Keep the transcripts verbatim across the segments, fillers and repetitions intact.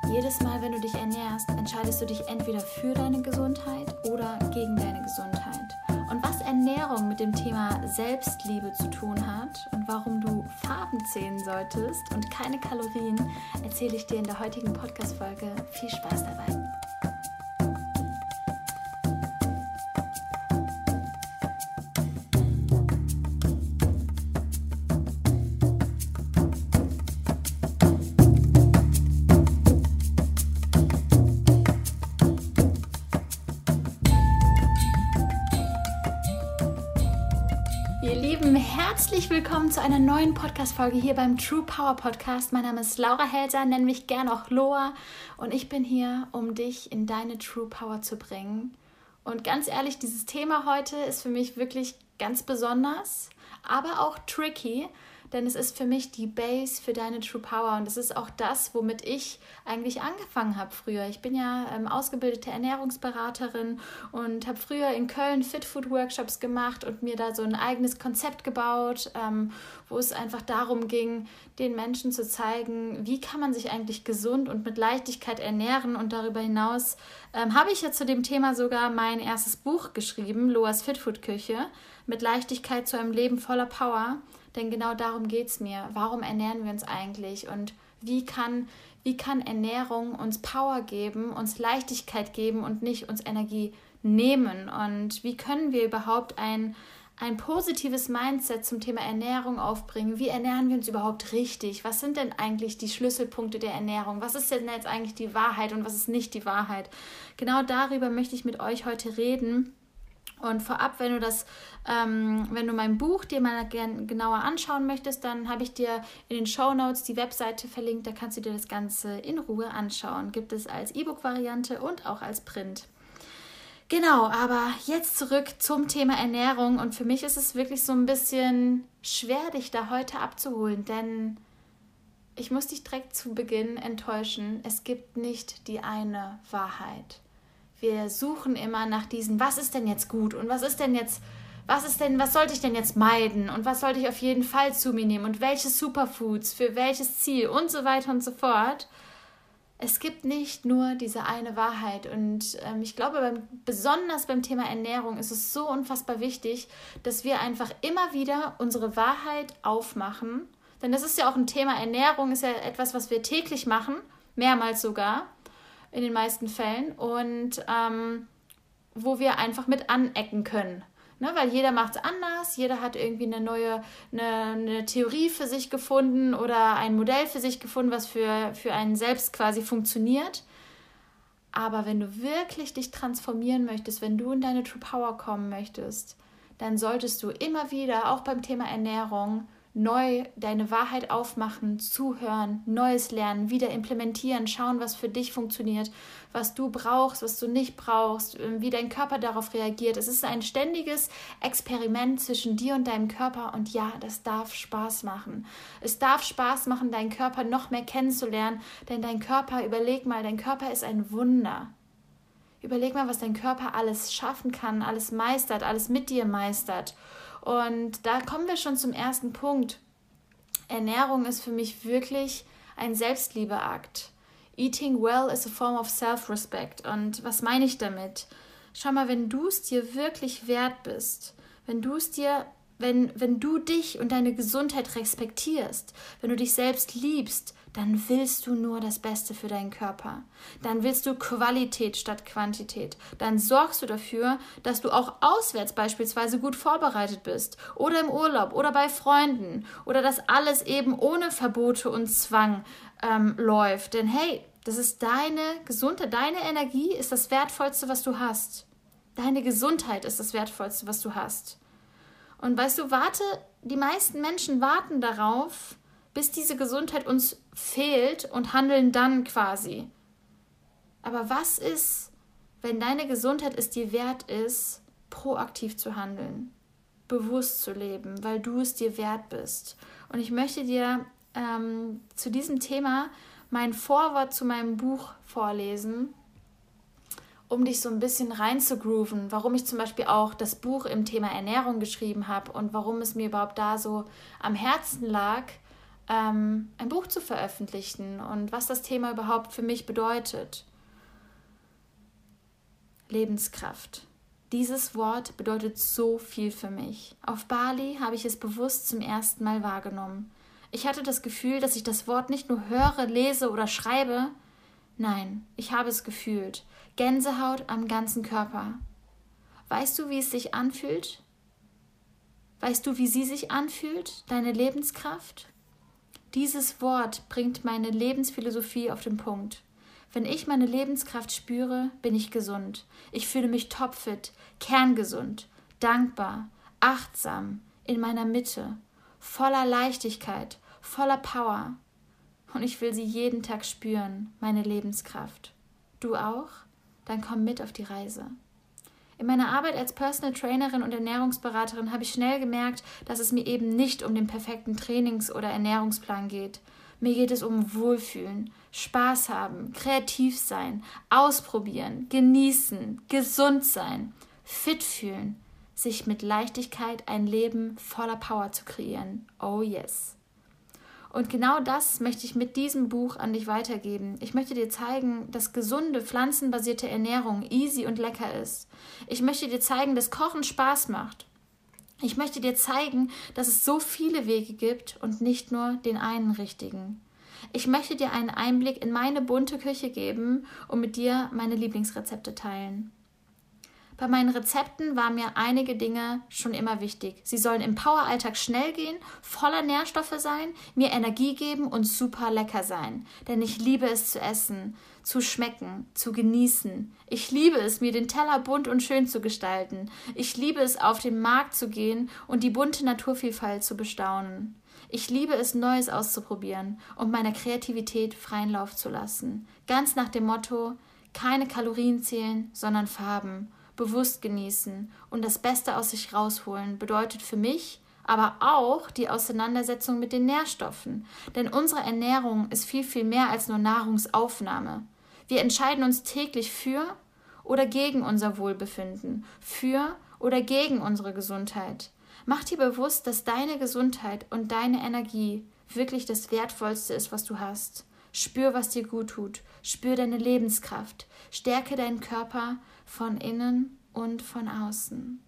Jedes Mal, wenn du dich ernährst, entscheidest du dich entweder für deine Gesundheit oder gegen deine Gesundheit. Und was Ernährung mit dem Thema Selbstliebe zu tun hat und warum du Farben zählen solltest und keine Kalorien, erzähle ich dir in der heutigen Podcast-Folge. Viel Spaß dabei! Herzlich willkommen zu einer neuen Podcast-Folge hier beim True Power Podcast. Mein Name ist Laura Helser, nenn mich gern auch Loa und ich bin hier, um dich in deine True Power zu bringen. Und ganz ehrlich, dieses Thema heute ist für mich wirklich ganz besonders, aber auch tricky, denn es ist für mich die Base für deine True Power und es ist auch das, womit ich eigentlich angefangen habe früher. Ich bin ja ähm, ausgebildete Ernährungsberaterin und habe früher in Köln Fit-Food-Workshops gemacht und mir da so ein eigenes Konzept gebaut, ähm, wo es einfach darum ging, den Menschen zu zeigen, wie kann man sich eigentlich gesund und mit Leichtigkeit ernähren. Und darüber hinaus ähm, habe ich ja zu dem Thema sogar mein erstes Buch geschrieben, Loas Fit-Food-Küche, mit Leichtigkeit zu einem Leben voller Power. Denn genau darum geht es mir. Warum ernähren wir uns eigentlich? Und wie kann, wie kann Ernährung uns Power geben, uns Leichtigkeit geben und nicht uns Energie nehmen? Und wie können wir überhaupt ein, ein positives Mindset zum Thema Ernährung aufbringen? Wie ernähren wir uns überhaupt richtig? Was sind denn eigentlich die Schlüsselpunkte der Ernährung? Was ist denn jetzt eigentlich die Wahrheit und was ist nicht die Wahrheit? Genau darüber möchte ich mit euch heute reden. Und vorab, wenn du das, ähm, wenn du mein Buch dir mal gern genauer anschauen möchtest, dann habe ich dir in den Shownotes die Webseite verlinkt, da kannst du dir das Ganze in Ruhe anschauen. Gibt es als E-Book-Variante und auch als Print. Genau, aber jetzt zurück zum Thema Ernährung und für mich ist es wirklich so ein bisschen schwer, dich da heute abzuholen, denn ich muss dich direkt zu Beginn enttäuschen, es gibt nicht die eine Wahrheit. Wir suchen immer nach diesen, was ist denn jetzt gut und was ist denn jetzt, was ist denn, was sollte ich denn jetzt meiden und was sollte ich auf jeden Fall zu mir nehmen und welche Superfoods für welches Ziel und so weiter und so fort. Es gibt nicht nur diese eine Wahrheit und ähm, ich glaube, beim, besonders beim Thema Ernährung ist es so unfassbar wichtig, dass wir einfach immer wieder unsere Wahrheit aufmachen, denn das ist ja auch ein Thema, Ernährung ist ja etwas, was wir täglich machen, mehrmals sogar. In den meisten Fällen und ähm, wo wir einfach mit anecken können. Ne? Weil jeder macht es anders, jeder hat irgendwie eine neue eine, eine Theorie für sich gefunden oder ein Modell für sich gefunden, was für, für einen selbst quasi funktioniert. Aber wenn du wirklich dich transformieren möchtest, wenn du in deine True Power kommen möchtest, dann solltest du immer wieder, auch beim Thema Ernährung, neu deine Wahrheit aufmachen, zuhören, Neues lernen, wieder implementieren, schauen, was für dich funktioniert, was du brauchst, was du nicht brauchst, wie dein Körper darauf reagiert. Es ist ein ständiges Experiment zwischen dir und deinem Körper und ja, das darf Spaß machen. Es darf Spaß machen, deinen Körper noch mehr kennenzulernen, denn dein Körper, überleg mal, dein Körper ist ein Wunder. Überleg mal, was dein Körper alles schaffen kann, alles meistert, alles mit dir meistert. Und da kommen wir schon zum ersten Punkt. Ernährung ist für mich wirklich ein Selbstliebeakt. Eating well is a form of self-respect. Und was meine ich damit? Schau mal, wenn du es dir wirklich wert bist, wenn du es dir, wenn, wenn du dich und deine Gesundheit respektierst, wenn du dich selbst liebst, dann willst du nur das Beste für deinen Körper. Dann willst du Qualität statt Quantität. Dann sorgst du dafür, dass du auch auswärts beispielsweise gut vorbereitet bist oder im Urlaub oder bei Freunden oder dass alles eben ohne Verbote und Zwang ähm, läuft. Denn hey, das ist deine Gesundheit, deine Energie ist das Wertvollste, was du hast. Deine Gesundheit ist das Wertvollste, was du hast. Und weißt du, warte, die meisten Menschen warten darauf, bis diese Gesundheit uns fehlt und handeln dann quasi. Aber was ist, wenn deine Gesundheit es dir wert ist, proaktiv zu handeln, bewusst zu leben, weil du es dir wert bist? Und ich möchte dir ähm, zu diesem Thema mein Vorwort zu meinem Buch vorlesen, um dich so ein bisschen reinzugrooven, warum ich zum Beispiel auch das Buch im Thema Ernährung geschrieben habe und warum es mir überhaupt da so am Herzen lag, ähm, ein Buch zu veröffentlichen und was das Thema überhaupt für mich bedeutet. Lebenskraft. Dieses Wort bedeutet so viel für mich. Auf Bali habe ich es bewusst zum ersten Mal wahrgenommen. Ich hatte das Gefühl, dass ich das Wort nicht nur höre, lese oder schreibe. Nein, ich habe es gefühlt. Gänsehaut am ganzen Körper. Weißt du, wie es sich anfühlt? Weißt du, wie sie sich anfühlt, deine Lebenskraft? Dieses Wort bringt meine Lebensphilosophie auf den Punkt. Wenn ich meine Lebenskraft spüre, bin ich gesund. Ich fühle mich topfit, kerngesund, dankbar, achtsam, in meiner Mitte, voller Leichtigkeit, voller Power. Und ich will sie jeden Tag spüren, meine Lebenskraft. Du auch? Dann komm mit auf die Reise. In meiner Arbeit als Personal Trainerin und Ernährungsberaterin habe ich schnell gemerkt, dass es mir eben nicht um den perfekten Trainings- oder Ernährungsplan geht. Mir geht es um Wohlfühlen, Spaß haben, kreativ sein, ausprobieren, genießen, gesund sein, fit fühlen, sich mit Leichtigkeit ein Leben voller Power zu kreieren. Oh yes. Und genau das möchte ich mit diesem Buch an dich weitergeben. Ich möchte dir zeigen, dass gesunde, pflanzenbasierte Ernährung easy und lecker ist. Ich möchte dir zeigen, dass Kochen Spaß macht. Ich möchte dir zeigen, dass es so viele Wege gibt und nicht nur den einen richtigen. Ich möchte dir einen Einblick in meine bunte Küche geben und mit dir meine Lieblingsrezepte teilen. Bei meinen Rezepten waren mir einige Dinge schon immer wichtig. Sie sollen im Poweralltag schnell gehen, voller Nährstoffe sein, mir Energie geben und super lecker sein. Denn ich liebe es zu essen, zu schmecken, zu genießen. Ich liebe es, mir den Teller bunt und schön zu gestalten. Ich liebe es, auf den Markt zu gehen und die bunte Naturvielfalt zu bestaunen. Ich liebe es, Neues auszuprobieren und meiner Kreativität freien Lauf zu lassen. Ganz nach dem Motto, keine Kalorien zählen, sondern Farben. Bewusst genießen und das Beste aus sich rausholen bedeutet für mich aber auch die Auseinandersetzung mit den Nährstoffen. Denn unsere Ernährung ist viel, viel mehr als nur Nahrungsaufnahme. Wir entscheiden uns täglich für oder gegen unser Wohlbefinden, für oder gegen unsere Gesundheit. Mach dir bewusst, dass deine Gesundheit und deine Energie wirklich das Wertvollste ist, was du hast. Spür, was dir gut tut. Spür deine Lebenskraft. Stärke deinen Körper von innen und von außen.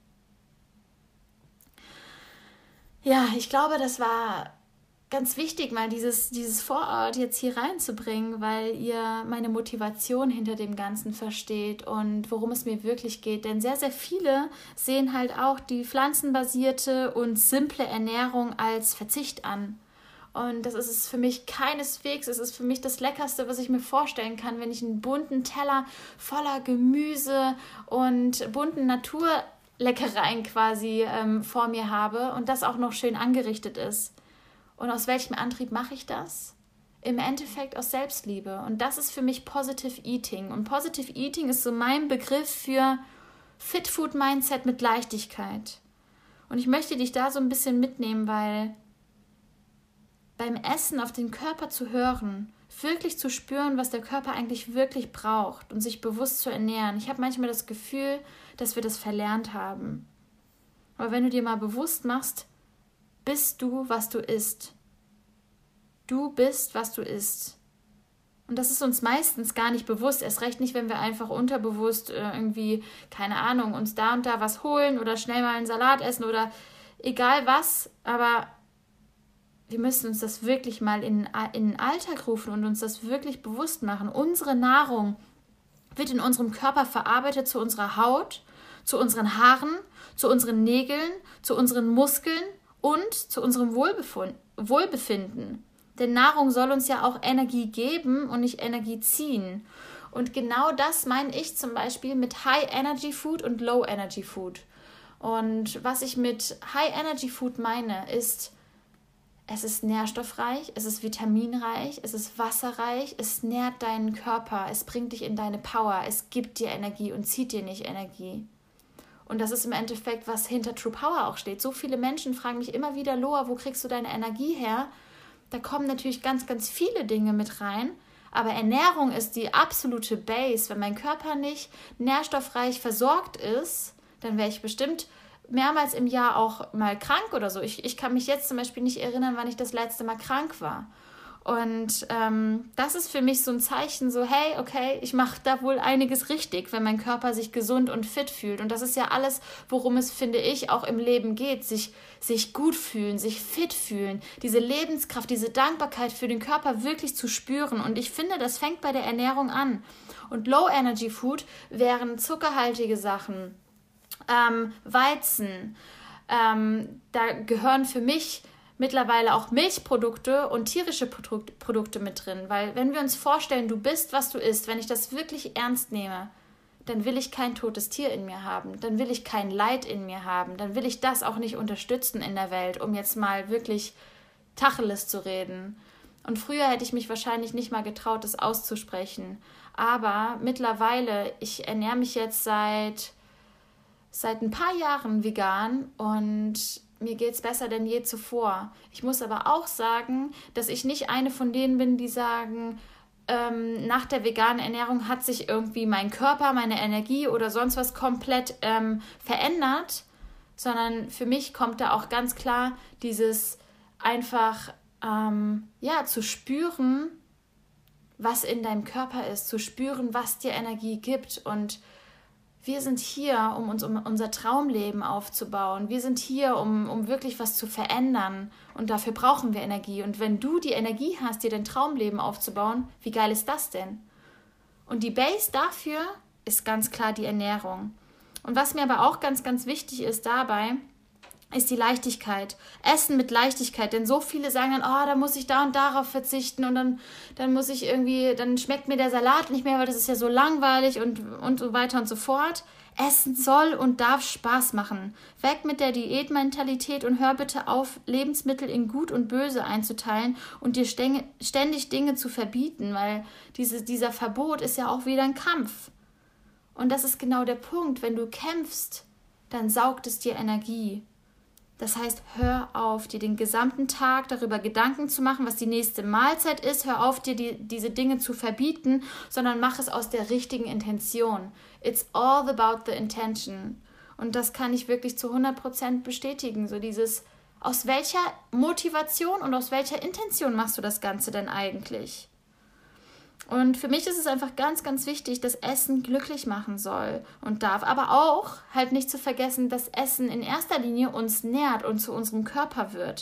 Ja, ich glaube, das war ganz wichtig, mal dieses, dieses Vorort jetzt hier reinzubringen, weil ihr meine Motivation hinter dem Ganzen versteht und worum es mir wirklich geht. Denn sehr, sehr viele sehen halt auch die pflanzenbasierte und simple Ernährung als Verzicht an. Und das ist es für mich keineswegs. Es ist für mich das Leckerste, was ich mir vorstellen kann, wenn ich einen bunten Teller voller Gemüse und bunten Naturleckereien quasi ähm, vor mir habe und das auch noch schön angerichtet ist. Und aus welchem Antrieb mache ich das? Im Endeffekt aus Selbstliebe. Und das ist für mich Positive Eating. Und Positive Eating ist so mein Begriff für Fit Food Mindset mit Leichtigkeit. Und ich möchte dich da so ein bisschen mitnehmen, weil beim Essen auf den Körper zu hören, wirklich zu spüren, was der Körper eigentlich wirklich braucht und sich bewusst zu ernähren. Ich habe manchmal das Gefühl, dass wir das verlernt haben. Aber wenn du dir mal bewusst machst, bist du, was du isst. Du bist, was du isst. Und das ist uns meistens gar nicht bewusst, erst recht nicht, wenn wir einfach unterbewusst irgendwie, keine Ahnung, uns da und da was holen oder schnell mal einen Salat essen oder egal was, aber wir müssen uns das wirklich mal in, in den Alltag rufen und uns das wirklich bewusst machen. Unsere Nahrung wird in unserem Körper verarbeitet zu unserer Haut, zu unseren Haaren, zu unseren Nägeln, zu unseren Muskeln und zu unserem Wohlbefund, Wohlbefinden. Denn Nahrung soll uns ja auch Energie geben und nicht Energie ziehen. Und genau das meine ich zum Beispiel mit High Energy Food und Low Energy Food. Und was ich mit High Energy Food meine, ist, es ist nährstoffreich, es ist vitaminreich, es ist wasserreich, es nährt deinen Körper, es bringt dich in deine Power, es gibt dir Energie und zieht dir nicht Energie. Und das ist im Endeffekt, was hinter True Power auch steht. So viele Menschen fragen mich immer wieder, Loa, wo kriegst du deine Energie her? Da kommen natürlich ganz, ganz viele Dinge mit rein, aber Ernährung ist die absolute Base. Wenn mein Körper nicht nährstoffreich versorgt ist, dann wäre ich bestimmt mehrmals im Jahr auch mal krank oder so. Ich, ich kann mich jetzt zum Beispiel nicht erinnern, wann ich das letzte Mal krank war. Und ähm, das ist für mich so ein Zeichen, so hey, okay, ich mache da wohl einiges richtig, wenn mein Körper sich gesund und fit fühlt. Und das ist ja alles, worum es, finde ich, auch im Leben geht, sich, sich gut fühlen, sich fit fühlen, diese Lebenskraft, diese Dankbarkeit für den Körper wirklich zu spüren. Und ich finde, das fängt bei der Ernährung an. Und Low-Energy-Food wären zuckerhaltige Sachen, ähm, Weizen, ähm, da gehören für mich mittlerweile auch Milchprodukte und tierische Produk- Produkte mit drin, weil wenn wir uns vorstellen, du bist, was du isst, wenn ich das wirklich ernst nehme, dann will ich kein totes Tier in mir haben, dann will ich kein Leid in mir haben, dann will ich das auch nicht unterstützen in der Welt, um jetzt mal wirklich Tacheles zu reden. Und früher hätte ich mich wahrscheinlich nicht mal getraut, das auszusprechen, aber mittlerweile, ich ernähre mich jetzt seit, seit ein paar Jahren vegan und mir geht es besser denn je zuvor. Ich muss aber auch sagen, dass ich nicht eine von denen bin, die sagen, ähm, nach der veganen Ernährung hat sich irgendwie mein Körper, meine Energie oder sonst was komplett ähm, verändert, sondern für mich kommt da auch ganz klar dieses einfach ähm, ja, zu spüren, was in deinem Körper ist, zu spüren, was dir Energie gibt. Und wir sind hier, um uns um unser Traumleben aufzubauen. Wir sind hier, um, um wirklich was zu verändern. Und dafür brauchen wir Energie. Und wenn du die Energie hast, dir dein Traumleben aufzubauen, wie geil ist das denn? Und die Base dafür ist ganz klar die Ernährung. Und was mir aber auch ganz, ganz wichtig ist dabei, ist die Leichtigkeit. Essen mit Leichtigkeit, denn so viele sagen dann, oh, da muss ich da und darauf verzichten und dann, dann muss ich irgendwie, dann schmeckt mir der Salat nicht mehr, weil das ist ja so langweilig und, und so weiter und so fort. Essen soll und darf Spaß machen. Weg mit der Diätmentalität und hör bitte auf, Lebensmittel in Gut und Böse einzuteilen und dir ständig Dinge zu verbieten, weil diese, dieser Verbot ist ja auch wieder ein Kampf. Und das ist genau der Punkt, wenn du kämpfst, dann saugt es dir Energie. Das heißt, hör auf, dir den gesamten Tag darüber Gedanken zu machen, was die nächste Mahlzeit ist. Hör auf, dir die, diese Dinge zu verbieten, sondern mach es aus der richtigen Intention. It's all about the intention. Und das kann ich wirklich zu hundert Prozent bestätigen. So dieses, aus welcher Motivation und aus welcher Intention machst du das Ganze denn eigentlich? Und für mich ist es einfach ganz, ganz wichtig, dass Essen glücklich machen soll und darf. Aber auch halt nicht zu vergessen, dass Essen in erster Linie uns nährt und zu unserem Körper wird.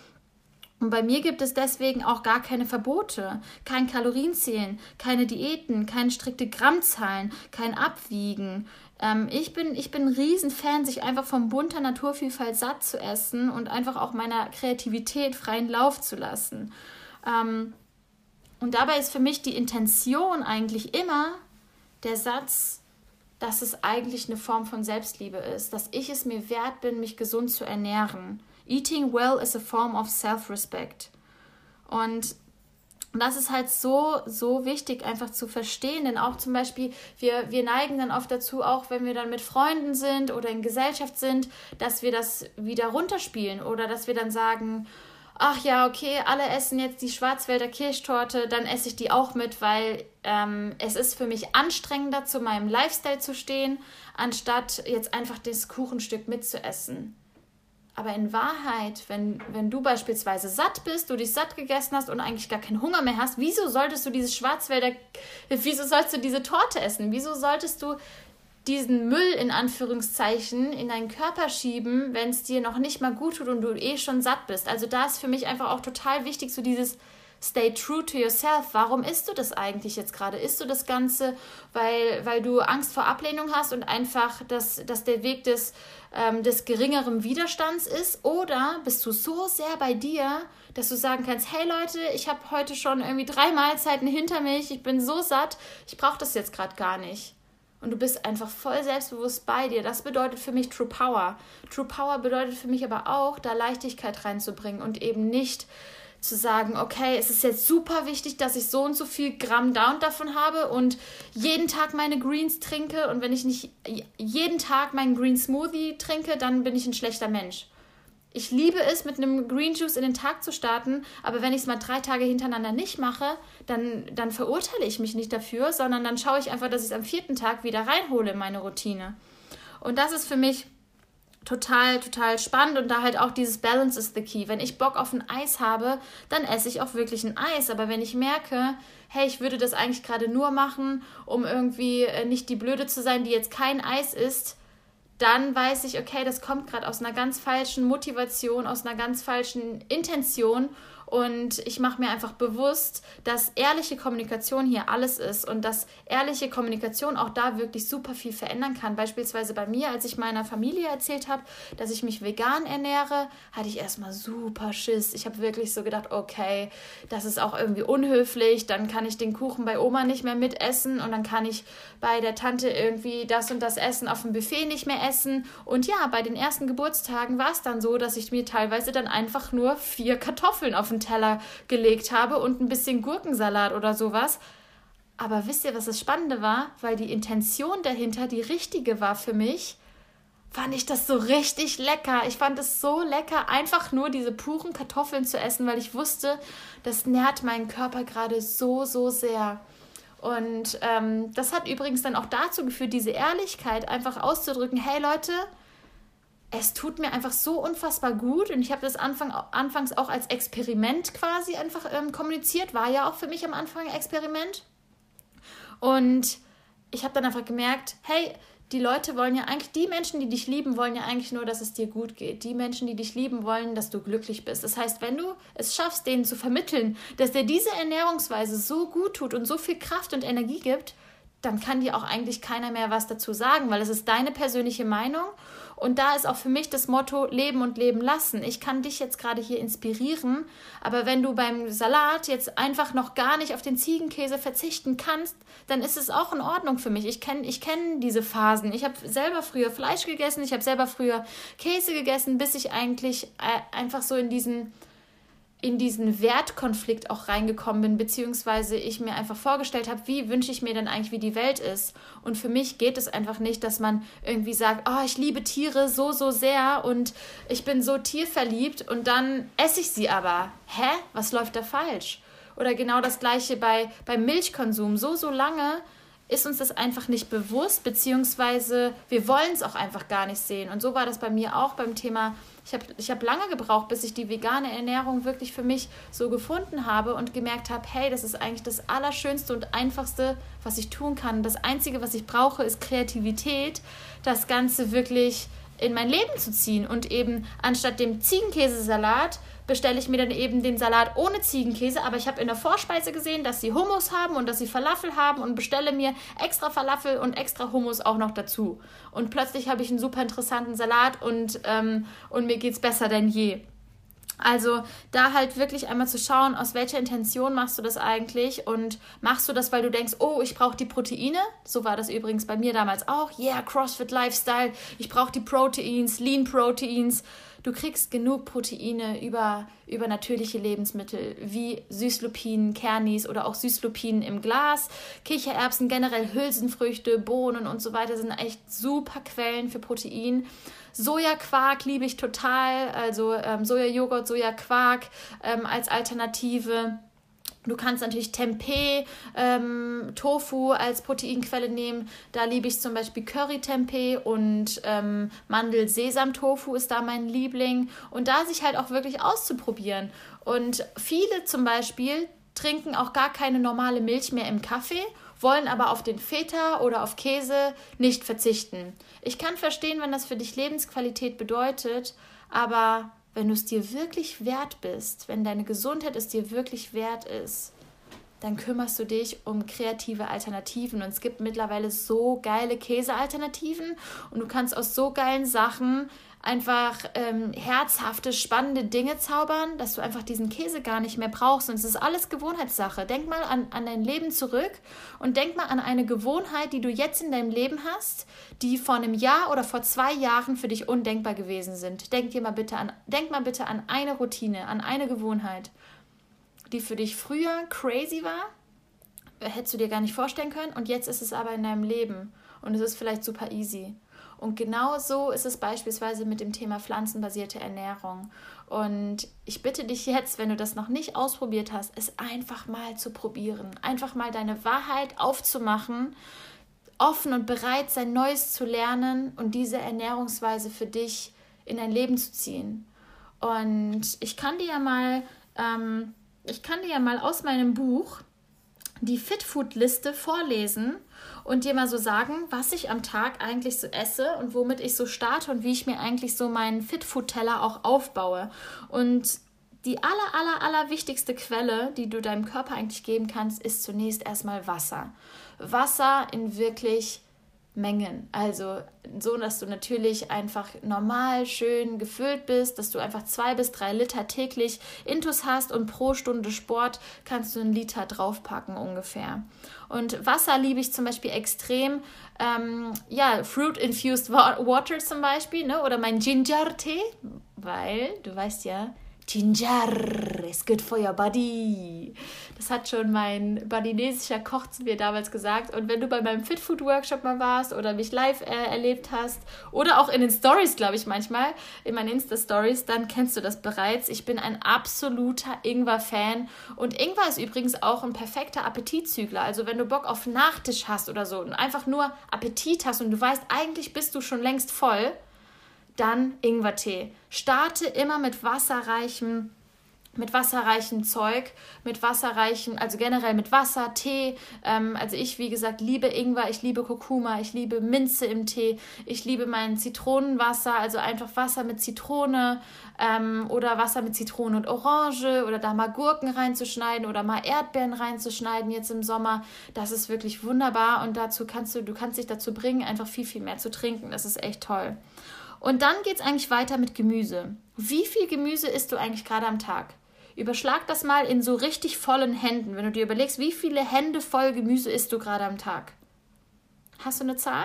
Und bei mir gibt es deswegen auch gar keine Verbote, kein Kalorienzählen, keine Diäten, keine strikte Grammzahlen, kein Abwiegen. Ähm, ich bin, ich bin ein Riesenfan, sich einfach von bunter Naturvielfalt satt zu essen und einfach auch meiner Kreativität freien Lauf zu lassen. Ähm, Und dabei ist für mich die Intention eigentlich immer der Satz, dass es eigentlich eine Form von Selbstliebe ist, dass ich es mir wert bin, mich gesund zu ernähren. Eating well is a form of self-respect. Und das ist halt so, so wichtig einfach zu verstehen, denn auch zum Beispiel, wir, wir neigen dann oft dazu, auch wenn wir dann mit Freunden sind oder in Gesellschaft sind, dass wir das wieder runterspielen oder dass wir dann sagen, ach ja, okay, alle essen jetzt die Schwarzwälder Kirschtorte, dann esse ich die auch mit, weil ähm, es ist für mich anstrengender, zu meinem Lifestyle zu stehen, anstatt jetzt einfach das Kuchenstück mitzuessen. Aber in Wahrheit, wenn, wenn du beispielsweise satt bist, du dich satt gegessen hast und eigentlich gar keinen Hunger mehr hast, wieso solltest du dieses Schwarzwälder, wieso sollst du diese Torte essen? Wieso solltest du diesen Müll in Anführungszeichen in deinen Körper schieben, wenn es dir noch nicht mal gut tut und du eh schon satt bist? Also da ist für mich einfach auch total wichtig, so dieses Stay true to yourself. Warum isst du das eigentlich jetzt gerade? Isst du das Ganze, weil, weil du Angst vor Ablehnung hast und einfach, dass, dass der Weg des, ähm, des geringeren Widerstands ist? Oder bist du so sehr bei dir, dass du sagen kannst, hey Leute, ich habe heute schon irgendwie drei Mahlzeiten hinter mich, ich bin so satt, ich brauche das jetzt gerade gar nicht. Und du bist einfach voll selbstbewusst bei dir. Das bedeutet für mich True Power. True Power bedeutet für mich aber auch, da Leichtigkeit reinzubringen und eben nicht zu sagen, okay, es ist jetzt super wichtig, dass ich so und so viel Gramm da und davon habe und jeden Tag meine Greens trinke und wenn ich nicht jeden Tag meinen Green Smoothie trinke, dann bin ich ein schlechter Mensch. Ich liebe es, mit einem Green Juice in den Tag zu starten, aber wenn ich es mal drei Tage hintereinander nicht mache, dann, dann verurteile ich mich nicht dafür, sondern dann schaue ich einfach, dass ich es am vierten Tag wieder reinhole in meine Routine. Und das ist für mich total, total spannend und da halt auch dieses Balance is the key. Wenn ich Bock auf ein Eis habe, dann esse ich auch wirklich ein Eis. Aber wenn ich merke, hey, ich würde das eigentlich gerade nur machen, um irgendwie nicht die Blöde zu sein, die jetzt kein Eis isst, dann weiß ich, okay, das kommt gerade aus einer ganz falschen Motivation, aus einer ganz falschen Intention. Und ich mache mir einfach bewusst, dass ehrliche Kommunikation hier alles ist und dass ehrliche Kommunikation auch da wirklich super viel verändern kann. Beispielsweise bei mir, als ich meiner Familie erzählt habe, dass ich mich vegan ernähre, hatte ich erstmal super Schiss. Ich habe wirklich so gedacht, okay, das ist auch irgendwie unhöflich, dann kann ich den Kuchen bei Oma nicht mehr mitessen und dann kann ich bei der Tante irgendwie das und das Essen auf dem Buffet nicht mehr essen. Und ja, bei den ersten Geburtstagen war es dann so, dass ich mir teilweise dann einfach nur vier Kartoffeln auf den Teller gelegt habe und ein bisschen Gurkensalat oder sowas. Aber wisst ihr, was das Spannende war? Weil die Intention dahinter die richtige war für mich, fand ich das so richtig lecker. Ich fand es so lecker, einfach nur diese puren Kartoffeln zu essen, weil ich wusste, das nährt meinen Körper gerade so, so sehr. Und ähm, das hat übrigens dann auch dazu geführt, diese Ehrlichkeit einfach auszudrücken, hey Leute, es tut mir einfach so unfassbar gut und ich habe das Anfang, anfangs auch als Experiment quasi einfach ähm, kommuniziert, war ja auch für mich am Anfang ein Experiment und ich habe dann einfach gemerkt, hey, die Leute wollen ja eigentlich, die Menschen, die dich lieben, wollen ja eigentlich nur, dass es dir gut geht. Die Menschen, die dich lieben, wollen, dass du glücklich bist. Das heißt, wenn du es schaffst, denen zu vermitteln, dass dir diese Ernährungsweise so gut tut und so viel Kraft und Energie gibt, dann kann dir auch eigentlich keiner mehr was dazu sagen, weil es ist deine persönliche Meinung. Und da ist auch für mich das Motto Leben und Leben lassen. Ich kann dich jetzt gerade hier inspirieren, aber wenn du beim Salat jetzt einfach noch gar nicht auf den Ziegenkäse verzichten kannst, dann ist es auch in Ordnung für mich. Ich kenne ich kenn diese Phasen. Ich habe selber früher Fleisch gegessen, ich habe selber früher Käse gegessen, bis ich eigentlich äh, einfach so in diesen... in diesen Wertkonflikt auch reingekommen bin, beziehungsweise ich mir einfach vorgestellt habe, wie wünsche ich mir denn eigentlich, wie die Welt ist. Und für mich geht es einfach nicht, dass man irgendwie sagt, oh, ich liebe Tiere so, so sehr und ich bin so tierverliebt und dann esse ich sie aber. Hä? Was läuft da falsch? Oder genau das Gleiche bei, beim Milchkonsum. So, so lange ist uns das einfach nicht bewusst, beziehungsweise wir wollen es auch einfach gar nicht sehen. Und so war das bei mir auch beim Thema, ich habe ich hab lange gebraucht, bis ich die vegane Ernährung wirklich für mich so gefunden habe und gemerkt habe, hey, das ist eigentlich das Allerschönste und Einfachste, was ich tun kann. Das Einzige, was ich brauche, ist Kreativität, das Ganze wirklich in mein Leben zu ziehen. Und eben anstatt dem Ziegenkäsesalat bestelle ich mir dann eben den Salat ohne Ziegenkäse, aber ich habe in der Vorspeise gesehen, dass sie Hummus haben und dass sie Falafel haben und bestelle mir extra Falafel und extra Hummus auch noch dazu. Und plötzlich habe ich einen super interessanten Salat und, ähm, und mir geht's besser denn je. Also da halt wirklich einmal zu schauen, aus welcher Intention machst du das eigentlich und machst du das, weil du denkst, oh, ich brauche die Proteine, so war das übrigens bei mir damals auch, yeah, CrossFit Lifestyle, ich brauche die Proteins, Lean Proteins. Du kriegst genug Proteine über, über natürliche Lebensmittel wie Süßlupinen, Kernis oder auch Süßlupinen im Glas. Kichererbsen, generell Hülsenfrüchte, Bohnen und so weiter sind echt super Quellen für Protein. Sojaquark liebe ich total, also ähm, Sojajoghurt, Sojaquark ähm, als Alternative. Du kannst natürlich Tempeh, ähm, Tofu als Proteinquelle nehmen. Da liebe ich zum Beispiel Curry-Tempeh und ähm, Mandel-Sesam-Tofu ist da mein Liebling. Und da sich halt auch wirklich auszuprobieren. Und viele zum Beispiel trinken auch gar keine normale Milch mehr im Kaffee, wollen aber auf den Feta oder auf Käse nicht verzichten. Ich kann verstehen, wenn das für dich Lebensqualität bedeutet, aber wenn du es dir wirklich wert bist, wenn deine Gesundheit es dir wirklich wert ist, dann kümmerst du dich um kreative Alternativen. Und es gibt mittlerweile so geile Käsealternativen und du kannst aus so geilen Sachen einfach ähm, herzhafte, spannende Dinge zaubern, dass du einfach diesen Käse gar nicht mehr brauchst. Und es ist alles Gewohnheitssache. Denk mal an, an dein Leben zurück und denk mal an eine Gewohnheit, die du jetzt in deinem Leben hast, die vor einem Jahr oder vor zwei Jahren für dich undenkbar gewesen sind. Denk dir mal bitte an, denk mal bitte an eine Routine, an eine Gewohnheit, die für dich früher crazy war, hättest du dir gar nicht vorstellen können und jetzt ist es aber in deinem Leben und es ist vielleicht super easy. Und genau so ist es beispielsweise mit dem Thema pflanzenbasierte Ernährung. Und ich bitte dich jetzt, wenn du das noch nicht ausprobiert hast, es einfach mal zu probieren. Einfach mal deine Wahrheit aufzumachen, offen und bereit sein, Neues zu lernen und diese Ernährungsweise für dich in dein Leben zu ziehen. Und ich kann dir ja mal, ähm, ich kann dir ja mal aus meinem Buch die Fit-Food-Liste vorlesen und dir mal so sagen, was ich am Tag eigentlich so esse und womit ich so starte und wie ich mir eigentlich so meinen Fit-Food-Teller auch aufbaue. Und die aller, aller, aller wichtigste Quelle, die du deinem Körper eigentlich geben kannst, ist zunächst erstmal Wasser. Wasser in wirklich Mengen. Also so, dass du natürlich einfach normal schön gefüllt bist, dass du einfach zwei bis drei Liter täglich Intus hast und pro Stunde Sport kannst du einen Liter draufpacken ungefähr. Und Wasser liebe ich zum Beispiel extrem. Ähm, ja, Fruit-Infused Water zum Beispiel, ne? Oder mein Ginger-Tee, weil du weißt ja, Ginger is good for your body. Das hat schon mein balinesischer Koch zu mir damals gesagt. Und wenn du bei meinem Fit-Food-Workshop mal warst oder mich live äh, erlebt hast oder auch in den Stories, glaube ich manchmal, in meinen Insta-Stories, dann kennst du das bereits. Ich bin ein absoluter Ingwer-Fan. Und Ingwer ist übrigens auch ein perfekter Appetitzügler. Also wenn du Bock auf Nachtisch hast oder so und einfach nur Appetit hast und du weißt, eigentlich bist du schon längst voll, dann Ingwertee. Starte immer mit wasserreichem, mit wasserreichem Zeug, mit wasserreichem, also generell mit Wasser, Tee. Ähm, also ich, wie gesagt, liebe Ingwer, ich liebe Kurkuma, ich liebe Minze im Tee, ich liebe mein Zitronenwasser, also einfach Wasser mit Zitrone ähm, oder Wasser mit Zitrone und Orange oder da mal Gurken reinzuschneiden oder mal Erdbeeren reinzuschneiden jetzt im Sommer. Das ist wirklich wunderbar und dazu kannst du, du kannst dich dazu bringen, einfach viel, viel mehr zu trinken. Das ist echt toll. Und dann geht es eigentlich weiter mit Gemüse. Wie viel Gemüse isst du eigentlich gerade am Tag? Überschlag das mal in so richtig vollen Händen, wenn du dir überlegst, wie viele Hände voll Gemüse isst du gerade am Tag? Hast du eine Zahl?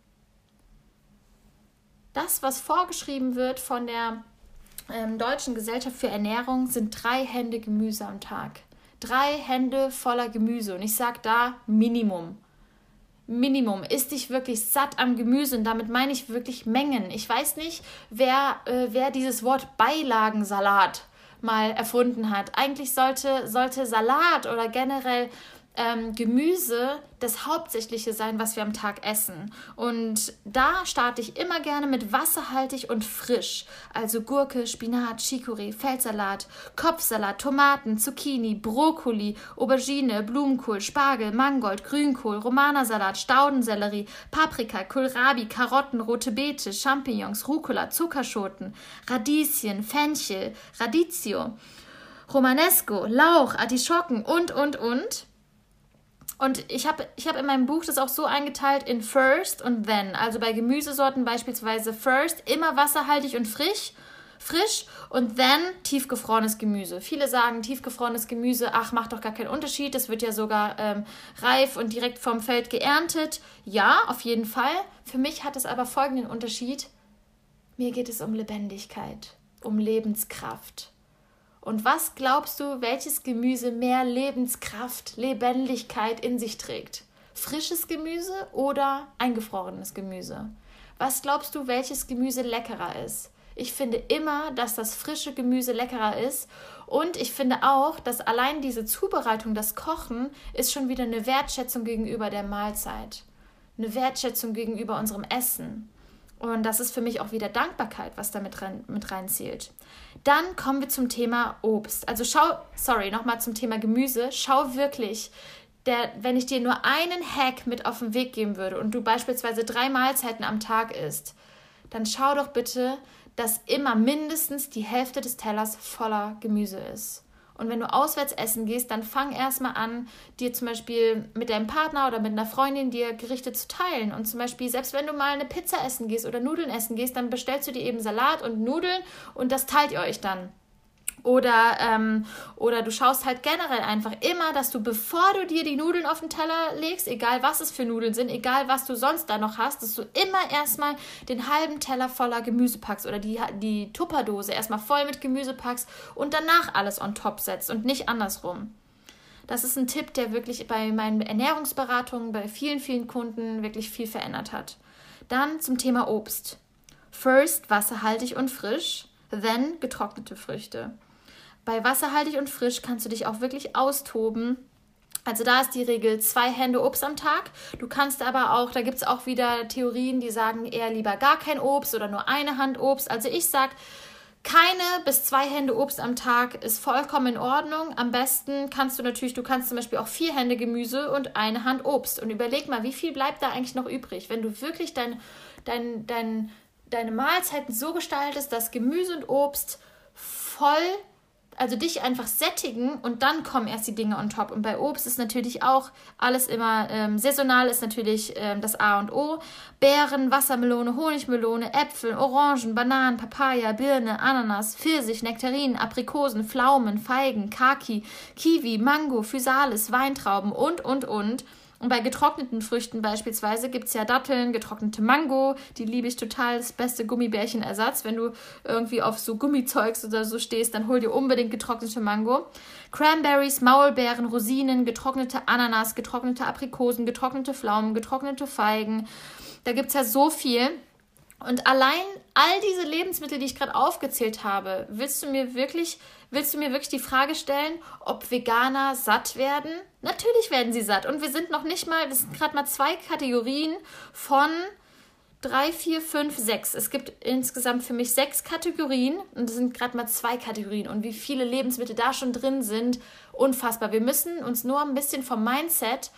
Das, was vorgeschrieben wird von der ähm, Deutschen Gesellschaft für Ernährung, sind drei Hände Gemüse am Tag. Drei Hände voller Gemüse. Und ich sage da Minimum. Minimum. Isst dich wirklich satt am Gemüse und damit meine ich wirklich Mengen. Ich weiß nicht, wer, äh, wer dieses Wort Beilagensalat mal erfunden hat. Eigentlich sollte, sollte Salat oder generell ähm, Gemüse das Hauptsächliche sein, was wir am Tag essen. Und da starte ich immer gerne mit wasserhaltig und frisch. Also Gurke, Spinat, Chicorée, Feldsalat, Kopfsalat, Tomaten, Zucchini, Brokkoli, Aubergine, Blumenkohl, Spargel, Mangold, Grünkohl, Romanasalat, Staudensellerie, Paprika, Kohlrabi, Karotten, rote Beete, Champignons, Rucola, Zuckerschoten, Radieschen, Fenchel, Radicchio, Romanesco, Lauch, Artischocken und, und, und. Und ich habe ich hab in meinem Buch das auch so eingeteilt in First und Then. Also bei Gemüsesorten beispielsweise First, immer wasserhaltig und frisch, frisch und Then tiefgefrorenes Gemüse. Viele sagen, tiefgefrorenes Gemüse, ach, macht doch gar keinen Unterschied. Das wird ja sogar ähm, reif und direkt vom Feld geerntet. Ja, auf jeden Fall. Für mich hat es aber folgenden Unterschied. Mir geht es um Lebendigkeit, um Lebenskraft. Und was glaubst du, welches Gemüse mehr Lebenskraft, Lebendigkeit in sich trägt? Frisches Gemüse oder eingefrorenes Gemüse? Was glaubst du, welches Gemüse leckerer ist? Ich finde immer, dass das frische Gemüse leckerer ist. Und ich finde auch, dass allein diese Zubereitung, das Kochen, ist schon wieder eine Wertschätzung gegenüber der Mahlzeit. Eine Wertschätzung gegenüber unserem Essen. Und das ist für mich auch wieder Dankbarkeit, was da mit, rein, mit reinzählt. Dann kommen wir zum Thema Obst. Also schau, sorry, nochmal zum Thema Gemüse. Schau wirklich, der, wenn ich dir nur einen Hack mit auf den Weg geben würde und du beispielsweise drei Mahlzeiten am Tag isst, dann schau doch bitte, dass immer mindestens die Hälfte des Tellers voller Gemüse ist. Und wenn du auswärts essen gehst, dann fang erstmal an, dir zum Beispiel mit deinem Partner oder mit einer Freundin dir Gerichte zu teilen. Und zum Beispiel, selbst wenn du mal eine Pizza essen gehst oder Nudeln essen gehst, dann bestellst du dir eben Salat und Nudeln und das teilt ihr euch dann. Oder, ähm, oder du schaust halt generell einfach immer, dass du, bevor du dir die Nudeln auf den Teller legst, egal was es für Nudeln sind, egal was du sonst da noch hast, dass du immer erstmal den halben Teller voller Gemüse packst oder die, die Tupperdose erstmal voll mit Gemüse packst und danach alles on top setzt und nicht andersrum. Das ist ein Tipp, der wirklich bei meinen Ernährungsberatungen, bei vielen, vielen Kunden wirklich viel verändert hat. Dann zum Thema Obst. First wasserhaltig und frisch, then getrocknete Früchte. Bei wasserhaltig und frisch kannst du dich auch wirklich austoben. Also da ist die Regel zwei Hände Obst am Tag. Du kannst aber auch, da gibt es auch wieder Theorien, die sagen eher lieber gar kein Obst oder nur eine Hand Obst. Also ich sage, keine bis zwei Hände Obst am Tag ist vollkommen in Ordnung. Am besten kannst du natürlich, du kannst zum Beispiel auch vier Hände Gemüse und eine Hand Obst. Und überleg mal, wie viel bleibt da eigentlich noch übrig, wenn du wirklich dein, dein, dein, deine Mahlzeiten so gestaltest, dass Gemüse und Obst voll, also dich einfach sättigen und dann kommen erst die Dinge on top. Und bei Obst ist natürlich auch alles immer ähm, saisonal, ist natürlich ähm, das A und O. Beeren, Wassermelone, Honigmelone, Äpfel, Orangen, Bananen, Papaya, Birne, Ananas, Pfirsich, Nektarinen, Aprikosen, Pflaumen, Feigen, Kaki, Kiwi, Mango, Physalis, Weintrauben und, und, und. Und bei getrockneten Früchten beispielsweise gibt es ja Datteln, getrocknete Mango, die liebe ich total, das beste Gummibärchenersatz. Wenn du irgendwie auf so Gummizeugs oder so stehst, dann hol dir unbedingt getrocknete Mango. Cranberries, Maulbeeren, Rosinen, getrocknete Ananas, getrocknete Aprikosen, getrocknete Pflaumen, getrocknete Feigen. Da gibt es ja so viel. Und allein all diese Lebensmittel, die ich gerade aufgezählt habe, willst du mir wirklich, willst du mir wirklich die Frage stellen, ob Veganer satt werden? Natürlich werden sie satt. Und wir sind noch nicht mal, das sind gerade mal zwei Kategorien von drei, vier, fünf, sechs. Es gibt insgesamt für mich sechs Kategorien und es sind gerade mal zwei Kategorien. Und wie viele Lebensmittel da schon drin sind, unfassbar. Wir müssen uns nur ein bisschen vom Mindset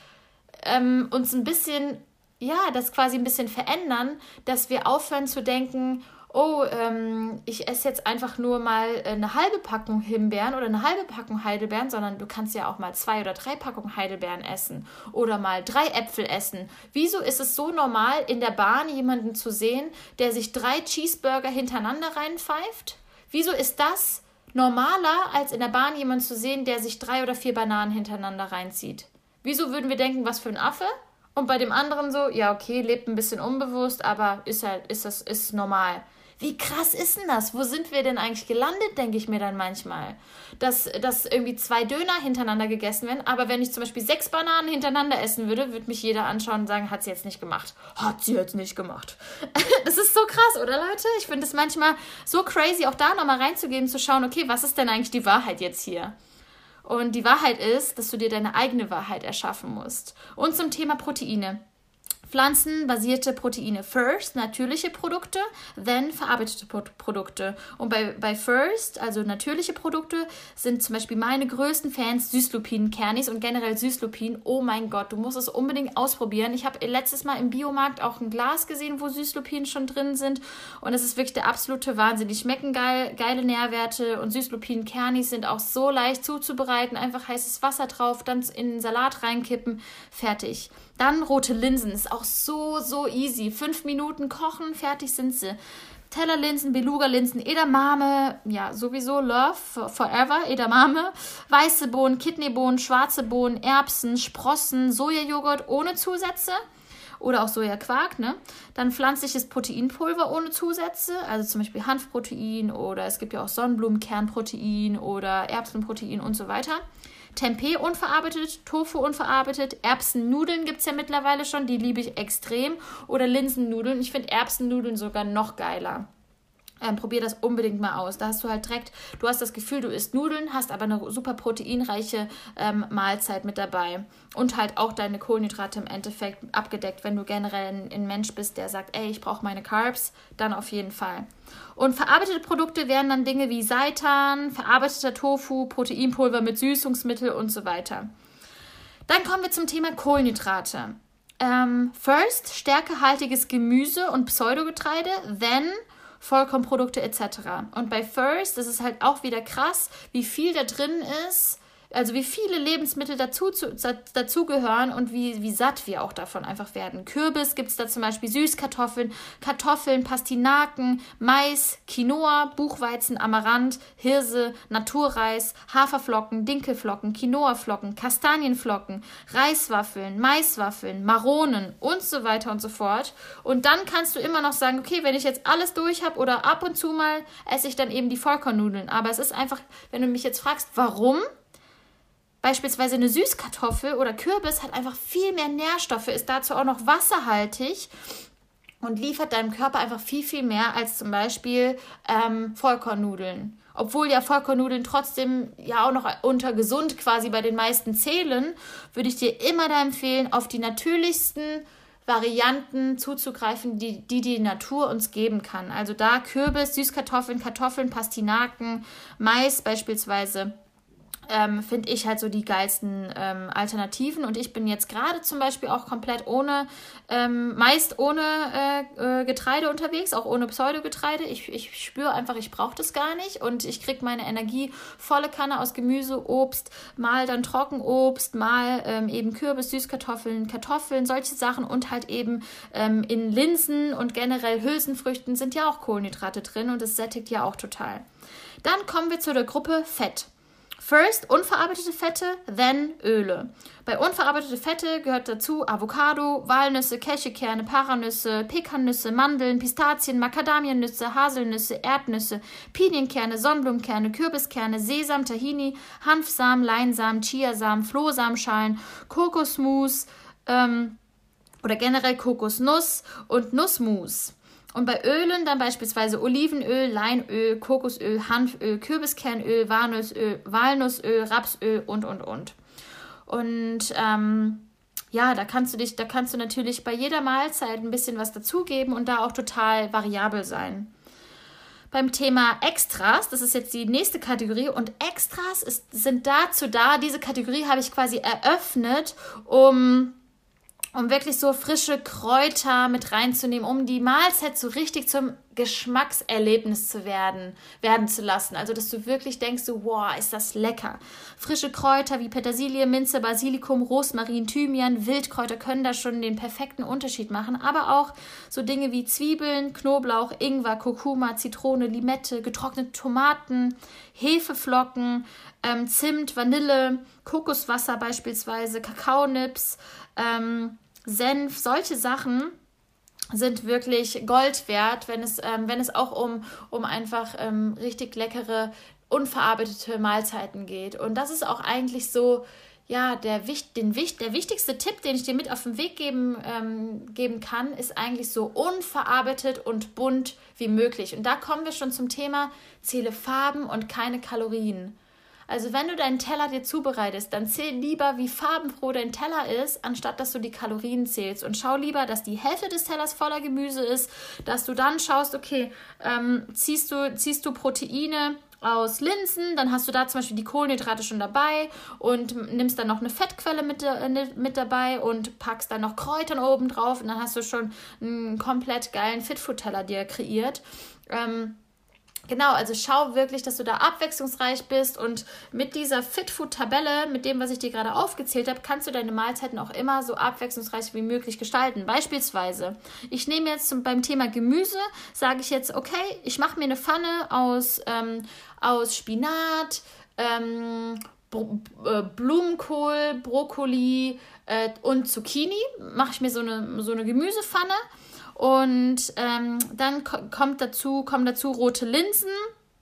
ähm, uns ein bisschen ja, das quasi ein bisschen verändern, dass wir aufhören zu denken, oh, ähm, ich esse jetzt einfach nur mal eine halbe Packung Himbeeren oder eine halbe Packung Heidelbeeren, sondern du kannst ja auch mal zwei oder drei Packungen Heidelbeeren essen oder mal drei Äpfel essen. Wieso ist es so normal, in der Bahn jemanden zu sehen, der sich drei Cheeseburger hintereinander reinpfeift? Wieso ist das normaler, als in der Bahn jemanden zu sehen, der sich drei oder vier Bananen hintereinander reinzieht? Wieso würden wir denken, was für ein Affe? Und bei dem anderen so, ja okay, lebt ein bisschen unbewusst, aber ist halt, ist das, ist normal. Wie krass ist denn das? Wo sind wir denn eigentlich gelandet, denke ich mir dann manchmal. Dass, dass irgendwie zwei Döner hintereinander gegessen werden, aber wenn ich zum Beispiel sechs Bananen hintereinander essen würde, würde mich jeder anschauen und sagen, hat sie jetzt nicht gemacht. Hat sie jetzt nicht gemacht. Das ist so krass, oder Leute? Ich finde es manchmal so crazy, auch da nochmal reinzugehen, zu schauen, okay, was ist denn eigentlich die Wahrheit jetzt hier? Und die Wahrheit ist, dass du dir deine eigene Wahrheit erschaffen musst. Und zum Thema Proteine. Pflanzenbasierte Proteine. First, natürliche Produkte, then verarbeitete Produkte. Und bei, bei First, also natürliche Produkte, sind zum Beispiel meine größten Fans Süßlupinen-Kernis und generell Süßlupinen. Oh mein Gott, du musst es unbedingt ausprobieren. Ich habe letztes Mal im Biomarkt auch ein Glas gesehen, wo Süßlupinen schon drin sind. Und es ist wirklich der absolute Wahnsinn. Die schmecken geil, geile Nährwerte und Süßlupinen-Kernis sind auch so leicht zuzubereiten. Einfach heißes Wasser drauf, dann in den Salat reinkippen, fertig. Dann rote Linsen, ist auch so, so easy. Fünf Minuten kochen, fertig sind sie. Tellerlinsen, Beluga-Linsen, Edamame, ja, sowieso Love, forever, Edamame. Weiße Bohnen, Kidneybohnen, schwarze Bohnen, Erbsen, Sprossen, Sojajoghurt ohne Zusätze. Oder auch Sojaquark, ne? Dann pflanzliches Proteinpulver ohne Zusätze, also zum Beispiel Hanfprotein oder es gibt ja auch Sonnenblumenkernprotein oder Erbsenprotein und so weiter. Tempeh unverarbeitet, Tofu unverarbeitet, Erbsennudeln gibt es ja mittlerweile schon, die liebe ich extrem. Oder Linsennudeln, ich finde Erbsennudeln sogar noch geiler. Ähm, probier das unbedingt mal aus. Da hast du halt direkt, du hast das Gefühl, du isst Nudeln, hast aber eine super proteinreiche ähm, Mahlzeit mit dabei. Und halt auch deine Kohlenhydrate im Endeffekt abgedeckt. Wenn du generell ein, ein Mensch bist, der sagt, ey, ich brauche meine Carbs, dann auf jeden Fall. Und verarbeitete Produkte wären dann Dinge wie Seitan, verarbeiteter Tofu, Proteinpulver mit Süßungsmittel und so weiter. Dann kommen wir zum Thema Kohlenhydrate. Ähm, first, stärkehaltiges Gemüse und Pseudogetreide, then Vollkornprodukte et cetera. Und bei First ist es halt auch wieder krass, wie viel da drin ist, also wie viele Lebensmittel dazu zu, dazugehören und wie, wie satt wir auch davon einfach werden. Kürbis gibt es da zum Beispiel, Süßkartoffeln, Kartoffeln, Pastinaken, Mais, Quinoa, Buchweizen, Amaranth, Hirse, Naturreis, Haferflocken, Dinkelflocken, Quinoaflocken, Kastanienflocken, Reiswaffeln, Maiswaffeln, Maronen und so weiter und so fort. Und dann kannst du immer noch sagen, okay, wenn ich jetzt alles durch habe oder ab und zu mal esse ich dann eben die Vollkornnudeln. Aber es ist einfach, wenn du mich jetzt fragst, warum? Beispielsweise eine Süßkartoffel oder Kürbis hat einfach viel mehr Nährstoffe, ist dazu auch noch wasserhaltig und liefert deinem Körper einfach viel, viel mehr als zum Beispiel ähm, Vollkornnudeln. Obwohl ja Vollkornnudeln trotzdem ja auch noch unter gesund quasi bei den meisten zählen, würde ich dir immer da empfehlen, auf die natürlichsten Varianten zuzugreifen, die, die die Natur uns geben kann. Also da Kürbis, Süßkartoffeln, Kartoffeln, Pastinaken, Mais beispielsweise. Ähm, finde ich halt so die geilsten ähm, Alternativen. Und ich bin jetzt gerade zum Beispiel auch komplett ohne, ähm, meist ohne äh, äh, Getreide unterwegs, auch ohne Pseudogetreide. Ich, ich spüre einfach, ich brauche das gar nicht und ich kriege meine Energie volle Kanne aus Gemüse, Obst, mal dann Trockenobst, mal ähm, eben Kürbis, Süßkartoffeln, Kartoffeln, solche Sachen und halt eben ähm, in Linsen und generell Hülsenfrüchten sind ja auch Kohlenhydrate drin und das sättigt ja auch total. Dann kommen wir zu der Gruppe Fett. First unverarbeitete Fette, then Öle. Bei unverarbeitete Fette gehört dazu Avocado, Walnüsse, Cashewkerne, Paranüsse, Pekannüsse, Mandeln, Pistazien, Macadamiennüsse, Haselnüsse, Erdnüsse, Pinienkerne, Sonnenblumenkerne, Kürbiskerne, Sesam, Tahini, Hanfsamen, Leinsamen, Chiasamen, Flohsamenschalen, Kokosmus ähm, oder generell Kokosnuss und Nussmus. Und bei Ölen dann beispielsweise Olivenöl, Leinöl, Kokosöl, Hanföl, Kürbiskernöl, Walnussöl, Walnussöl, Rapsöl und, und, und. Und ähm, ja, da kannst du dich, da kannst du natürlich bei jeder Mahlzeit ein bisschen was dazugeben und da auch total variabel sein. Beim Thema Extras, das ist jetzt die nächste Kategorie und Extras ist, sind dazu da, diese Kategorie habe ich quasi eröffnet, um... um wirklich so frische Kräuter mit reinzunehmen, um die Mahlzeit so richtig zum Geschmackserlebnis zu werden, werden zu lassen. Also, dass du wirklich denkst, so, wow, ist das lecker. Frische Kräuter wie Petersilie, Minze, Basilikum, Rosmarin, Thymian, Wildkräuter können da schon den perfekten Unterschied machen. Aber auch so Dinge wie Zwiebeln, Knoblauch, Ingwer, Kurkuma, Zitrone, Limette, getrocknete Tomaten, Hefeflocken, ähm, Zimt, Vanille, Kokoswasser beispielsweise, Kakaonips, ähm, Senf, solche Sachen sind wirklich Gold wert, wenn es, ähm, wenn es auch um, um einfach ähm, richtig leckere, unverarbeitete Mahlzeiten geht. Und das ist auch eigentlich so, ja, der, den, der wichtigste Tipp, den ich dir mit auf den Weg geben, ähm, geben kann, ist eigentlich so unverarbeitet und bunt wie möglich. Und da kommen wir schon zum Thema, zähle Farben und keine Kalorien. Also wenn du deinen Teller dir zubereitest, dann zähl lieber, wie farbenfroh dein Teller ist, anstatt dass du die Kalorien zählst. Und schau lieber, dass die Hälfte des Tellers voller Gemüse ist, dass du dann schaust, okay, ähm, ziehst du, ziehst du Proteine aus Linsen, dann hast du da zum Beispiel die Kohlenhydrate schon dabei und nimmst dann noch eine Fettquelle mit, äh, mit dabei und packst dann noch Kräutern oben drauf und dann hast du schon einen komplett geilen Fitfood-Teller dir kreiert. Ähm, Genau, also schau wirklich, dass du da abwechslungsreich bist und mit dieser Fitfood-Tabelle, mit dem, was ich dir gerade aufgezählt habe, kannst du deine Mahlzeiten auch immer so abwechslungsreich wie möglich gestalten. Beispielsweise, ich nehme jetzt zum, beim Thema Gemüse, sage ich jetzt, okay, ich mache mir eine Pfanne aus, ähm, aus Spinat, ähm, Blumenkohl, Brokkoli äh, und Zucchini, mache ich mir so eine, so eine Gemüsepfanne. Und ähm, dann kommt dazu, kommen dazu rote Linsen.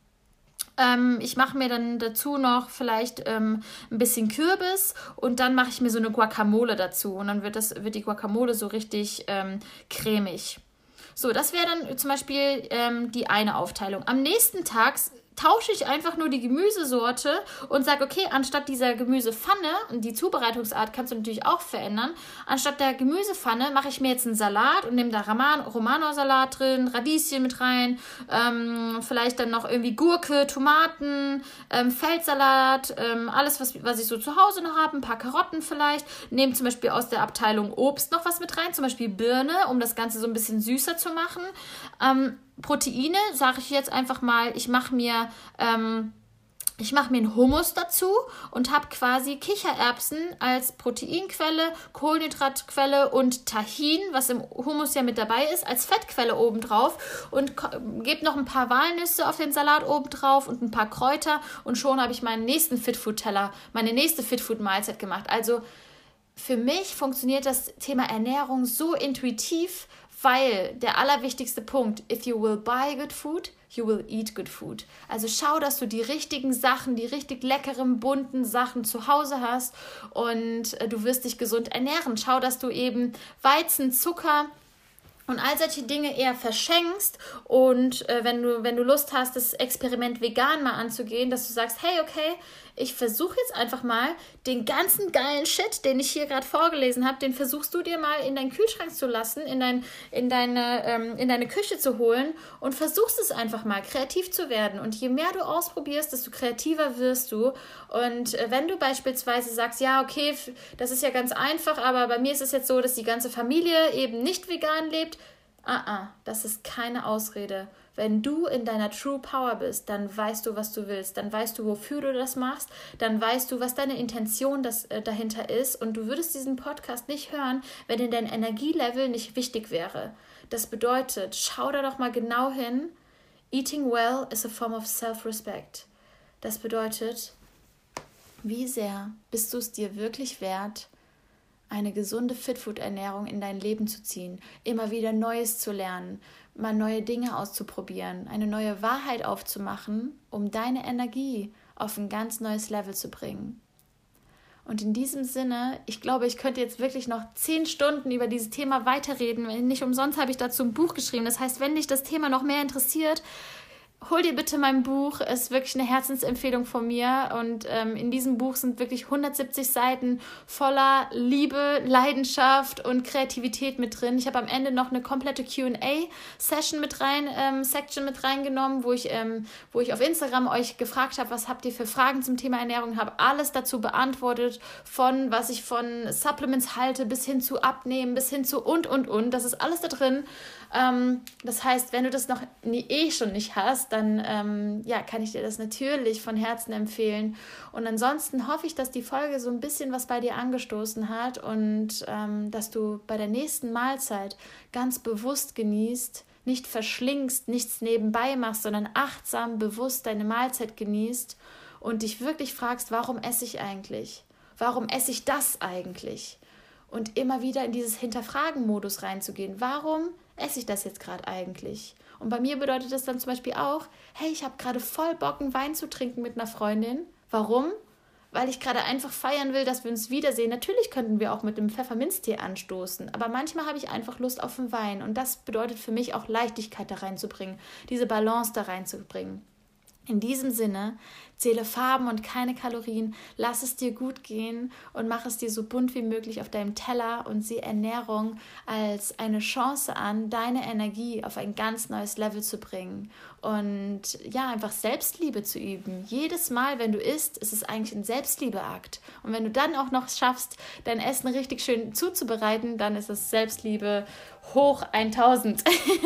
Ähm, ich mache mir dann dazu noch vielleicht ähm, ein bisschen Kürbis und dann mache ich mir so eine Guacamole dazu. Und dann wird, das, wird die Guacamole so richtig ähm, cremig. So, das wäre dann zum Beispiel ähm, die eine Aufteilung. Am nächsten Tag tausche ich einfach nur die Gemüsesorte und sage, okay, anstatt dieser Gemüsepfanne, und die Zubereitungsart kannst du natürlich auch verändern, anstatt der Gemüsepfanne mache ich mir jetzt einen Salat und nehme da Romano-Salat drin, Radieschen mit rein, ähm, vielleicht dann noch irgendwie Gurke, Tomaten, ähm, Feldsalat, ähm, alles, was, was ich so zu Hause noch habe, ein paar Karotten vielleicht, nehme zum Beispiel aus der Abteilung Obst noch was mit rein, zum Beispiel Birne, um das Ganze so ein bisschen süßer zu machen. Ähm, Proteine, sage ich jetzt einfach mal, ich mache mir, ähm, ich mache mir einen Hummus dazu und habe quasi Kichererbsen als Proteinquelle, Kohlenhydratquelle und Tahin, was im Hummus ja mit dabei ist, als Fettquelle obendrauf und gebe noch ein paar Walnüsse auf den Salat obendrauf und ein paar Kräuter und schon habe ich meinen nächsten Fitfood-Teller, meine nächste Fitfood-Mahlzeit gemacht. Also für mich funktioniert das Thema Ernährung so intuitiv, weil der allerwichtigste Punkt, if you will buy good food, you will eat good food. Also schau, dass du die richtigen Sachen, die richtig leckeren, bunten Sachen zu Hause hast und äh, du wirst dich gesund ernähren. Schau, dass du eben Weizen, Zucker und all solche Dinge eher verschenkst und äh, wenn du, wenn du Lust hast, das Experiment vegan mal anzugehen, dass du sagst, hey, okay, ich versuche jetzt einfach mal den ganzen geilen Shit, den ich hier gerade vorgelesen habe, den versuchst du dir mal in deinen Kühlschrank zu lassen, in, dein, in, deine, ähm, in deine Küche zu holen und versuchst es einfach mal, kreativ zu werden. Und je mehr du ausprobierst, desto kreativer wirst du. Und äh, wenn du beispielsweise sagst, ja, okay, das ist ja ganz einfach, aber bei mir ist es jetzt so, dass die ganze Familie eben nicht vegan lebt, ah, ah, das ist keine Ausrede. Wenn du in deiner True Power bist, dann weißt du, was du willst, dann weißt du, wofür du das machst, dann weißt du, was deine Intention das, äh, dahinter ist und du würdest diesen Podcast nicht hören, wenn dir dein Energielevel nicht wichtig wäre. Das bedeutet, schau da doch mal genau hin, eating well is a form of self-respect. Das bedeutet, wie sehr bist du es dir wirklich wert, eine gesunde Fitfood-Ernährung in dein Leben zu ziehen, immer wieder Neues zu lernen, mal neue Dinge auszuprobieren, eine neue Wahrheit aufzumachen, um deine Energie auf ein ganz neues Level zu bringen. Und in diesem Sinne, ich glaube, ich könnte jetzt wirklich noch zehn Stunden über dieses Thema weiterreden. Nicht umsonst habe ich dazu ein Buch geschrieben. Das heißt, wenn dich das Thema noch mehr interessiert, hol dir bitte mein Buch, es ist wirklich eine Herzensempfehlung von mir und ähm, in diesem Buch sind wirklich hundertsiebzig Seiten voller Liebe, Leidenschaft und Kreativität mit drin. Ich habe am Ende noch eine komplette Q and A-Session mit rein, ähm, Section mit reingenommen, wo ich, ähm, wo ich auf Instagram euch gefragt habe, was habt ihr für Fragen zum Thema Ernährung, habe alles dazu beantwortet, von was ich von Supplements halte, bis hin zu Abnehmen, bis hin zu und, und, und, das ist alles da drin. Ähm, das heißt, wenn du das noch nie, eh schon nicht hast, dann ähm, ja, kann ich dir das natürlich von Herzen empfehlen. Und ansonsten hoffe ich, dass die Folge so ein bisschen was bei dir angestoßen hat und ähm, dass du bei der nächsten Mahlzeit ganz bewusst genießt, nicht verschlingst, nichts nebenbei machst, sondern achtsam, bewusst deine Mahlzeit genießt und dich wirklich fragst, warum esse ich eigentlich? Warum esse ich das eigentlich? Und immer wieder in dieses Hinterfragen-Modus reinzugehen. Warum esse ich das jetzt gerade eigentlich? Und bei mir bedeutet das dann zum Beispiel auch, hey, ich habe gerade voll Bock, einen Wein zu trinken mit einer Freundin. Warum? Weil ich gerade einfach feiern will, dass wir uns wiedersehen. Natürlich könnten wir auch mit einem Pfefferminztee anstoßen, aber manchmal habe ich einfach Lust auf einen Wein. Und das bedeutet für mich auch Leichtigkeit da reinzubringen, diese Balance da reinzubringen. In diesem Sinne, zähle Farben und keine Kalorien, lass es dir gut gehen und mach es dir so bunt wie möglich auf deinem Teller und sieh Ernährung als eine Chance an, deine Energie auf ein ganz neues Level zu bringen und ja, einfach Selbstliebe zu üben. Jedes Mal, wenn du isst, ist es eigentlich ein Selbstliebeakt. Und wenn du dann auch noch schaffst, dein Essen richtig schön zuzubereiten, dann ist es Selbstliebe hoch tausend.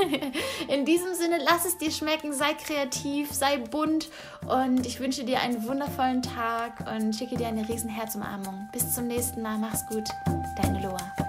In diesem Sinne, lass es dir schmecken, sei kreativ, sei bunt und ich wünsche dir einen wundervollen Tag und schicke dir eine riesen Herzumarmung. Bis zum nächsten Mal, mach's gut, deine Loa.